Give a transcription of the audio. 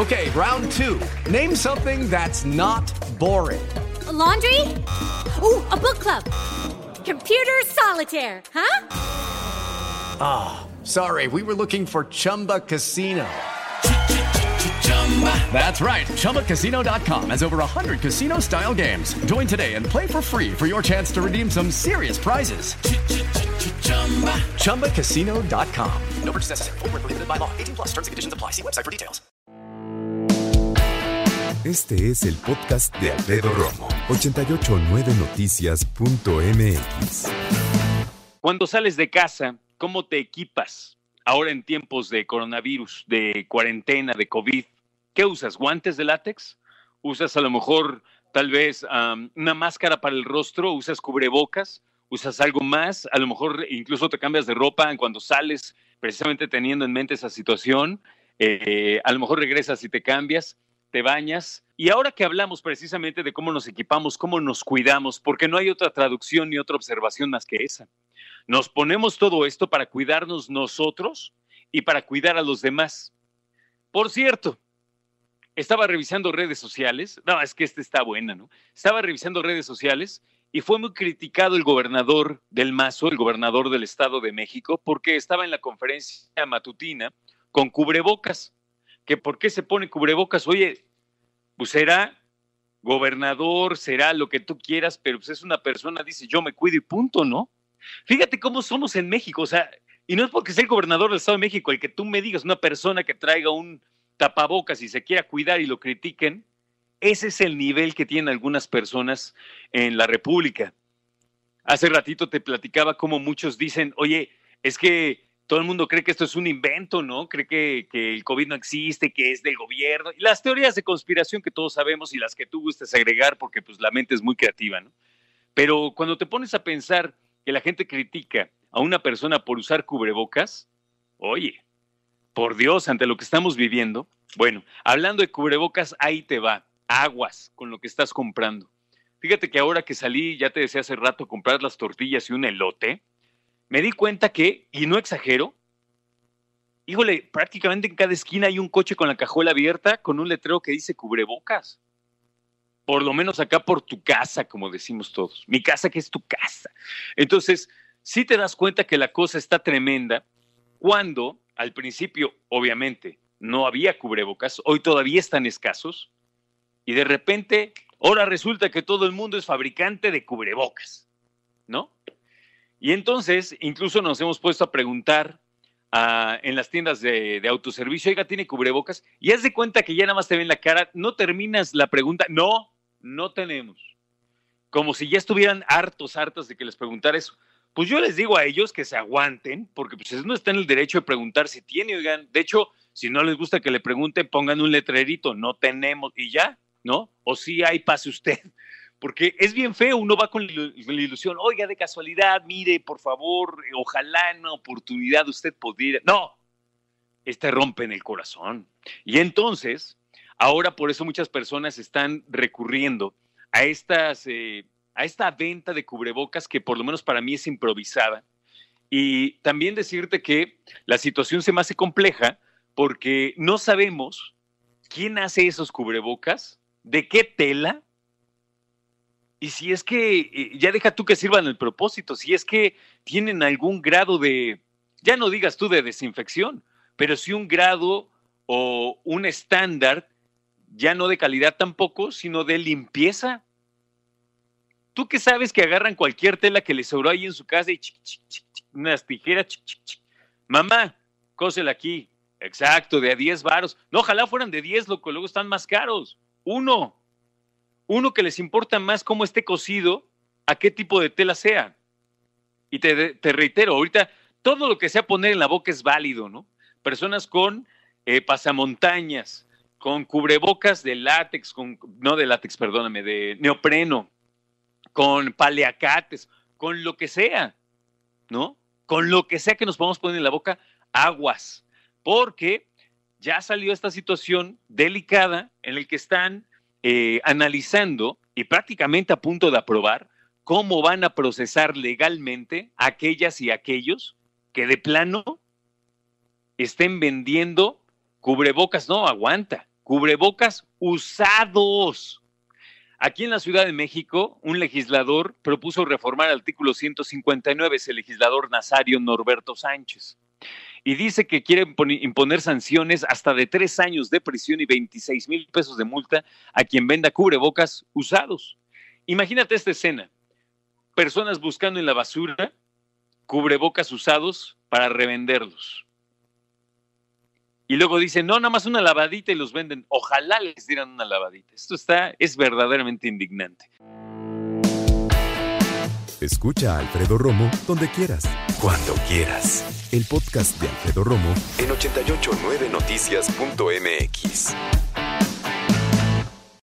Okay, round two. Name something that's not boring. A laundry? Ooh, a book club. Computer solitaire, huh? Ah, sorry, we were looking for Chumba Casino. That's right. ChumbaCasino.com has over 100 casino-style games. Join today and play for free for your chance to redeem some serious prizes. ChumbaCasino.com. No purchase necessary. Void where prohibited by law. 18+ terms and conditions apply. See website for details. Este es el podcast de Alfredo Romo. 889noticias.mx. Cuando sales de casa, ¿cómo te equipas? Ahora en tiempos de coronavirus, de cuarentena, de COVID, ¿qué usas? ¿Guantes de látex? ¿Usas a lo mejor tal vez una máscara para el rostro? ¿Usas cubrebocas? ¿Usas algo más? A lo mejor incluso te cambias de ropa cuando sales, precisamente teniendo en mente esa situación. A lo mejor regresas y te cambias, te bañas. Y ahora que hablamos precisamente de cómo nos equipamos, cómo nos cuidamos, porque no hay otra traducción ni otra observación más que esa. Nos ponemos todo esto para cuidarnos nosotros y para cuidar a los demás. Por cierto, estaba revisando redes sociales. No, es que esta está buena, ¿no? Estaba revisando redes sociales y fue muy criticado el gobernador del Mazo, el gobernador del Estado de México, porque estaba en la conferencia matutina con cubrebocas. ¿Que por qué se pone cubrebocas? Oye, pues será gobernador, será lo que tú quieras, pero pues es una persona, dice, yo me cuido y punto, ¿no? Fíjate cómo somos en México, o sea, y no es porque sea el gobernador del Estado de México, el que tú me digas, una persona que traiga un tapabocas y se quiera cuidar y lo critiquen, ese es el nivel que tienen algunas personas en la República. Hace ratito te platicaba cómo muchos dicen, oye, es que todo el mundo cree que esto es un invento, ¿no? Cree que el COVID no existe, que es del gobierno. Y las teorías de conspiración que todos sabemos y las que tú gustes agregar porque pues la mente es muy creativa, ¿no? Pero cuando te pones a pensar que la gente critica a una persona por usar cubrebocas, oye, por Dios, ante lo que estamos viviendo, bueno, hablando de cubrebocas, ahí te va, aguas con lo que estás comprando. Fíjate que ahora que salí, ya te decía hace rato, comprar las tortillas y un elote, me di cuenta que, y no exagero, híjole, prácticamente en cada esquina hay un coche con la cajuela abierta con un letrero que dice cubrebocas. Por lo menos acá por tu casa, como decimos todos. Mi casa que es tu casa. Entonces, sí te das cuenta que la cosa está tremenda cuando al principio, obviamente, no había cubrebocas, hoy todavía están escasos, y de repente, ahora resulta que todo el mundo es fabricante de cubrebocas, ¿no? Y entonces, incluso nos hemos puesto a preguntar en las tiendas de autoservicio, oiga, ¿tiene cubrebocas? Y haz de cuenta que ya nada más te ven la cara, no terminas la pregunta, no tenemos. Como si ya estuvieran hartas de que les preguntara eso. Pues yo les digo a ellos que se aguanten, porque pues no está en el derecho de preguntar si tiene, oigan. De hecho, si no les gusta que le pregunten, pongan un letrerito, no tenemos, y ya, ¿no? O sí hay, pase usted. Porque es bien feo, uno va con la ilusión, oiga, de casualidad, mire, por favor, ojalá en una oportunidad usted pudiera. No, rompen el corazón. Y entonces, ahora por eso muchas personas están recurriendo a esta venta de cubrebocas que por lo menos para mí es improvisada. Y también decirte que la situación se me hace compleja porque no sabemos quién hace esos cubrebocas, de qué tela, y si es que, ya deja tú que sirvan el propósito, si es que tienen algún grado de, ya no digas tú de desinfección, pero sí un grado o un estándar, ya no de calidad tampoco, sino de limpieza. ¿Tú qué sabes que agarran cualquier tela que les sobró ahí en su casa y unas tijeras? Mamá, cósela aquí. Exacto, de a 10 varos. No, ojalá fueran de 10, loco, luego están más caros. Uno que les importa más cómo esté cosido, a qué tipo de tela sea. Y te reitero, ahorita todo lo que sea poner en la boca es válido, ¿no? Personas con pasamontañas, con cubrebocas de látex, de neopreno, con paliacates, con lo que sea, ¿no? Con lo que sea que nos podamos poner en la boca, aguas. Porque ya salió esta situación delicada en la que están analizando y prácticamente a punto de aprobar cómo van a procesar legalmente a aquellas y aquellos que de plano estén vendiendo cubrebocas. No, aguanta, cubrebocas usados. Aquí en la Ciudad de México, un legislador propuso reformar el artículo 159, es el legislador Nazario Norberto Sánchez, y dice que quiere imponer sanciones hasta de 3 años de prisión y 26,000 pesos de multa a quien venda cubrebocas usados. Imagínate esta escena, personas buscando en la basura cubrebocas usados para revenderlos. Y luego dicen, no, nada más una lavadita y los venden. Ojalá les dieran una lavadita. Esto es verdaderamente indignante. Escucha a Alfredo Romo donde quieras, cuando quieras. El podcast de Alfredo Romo en 889noticias.mx.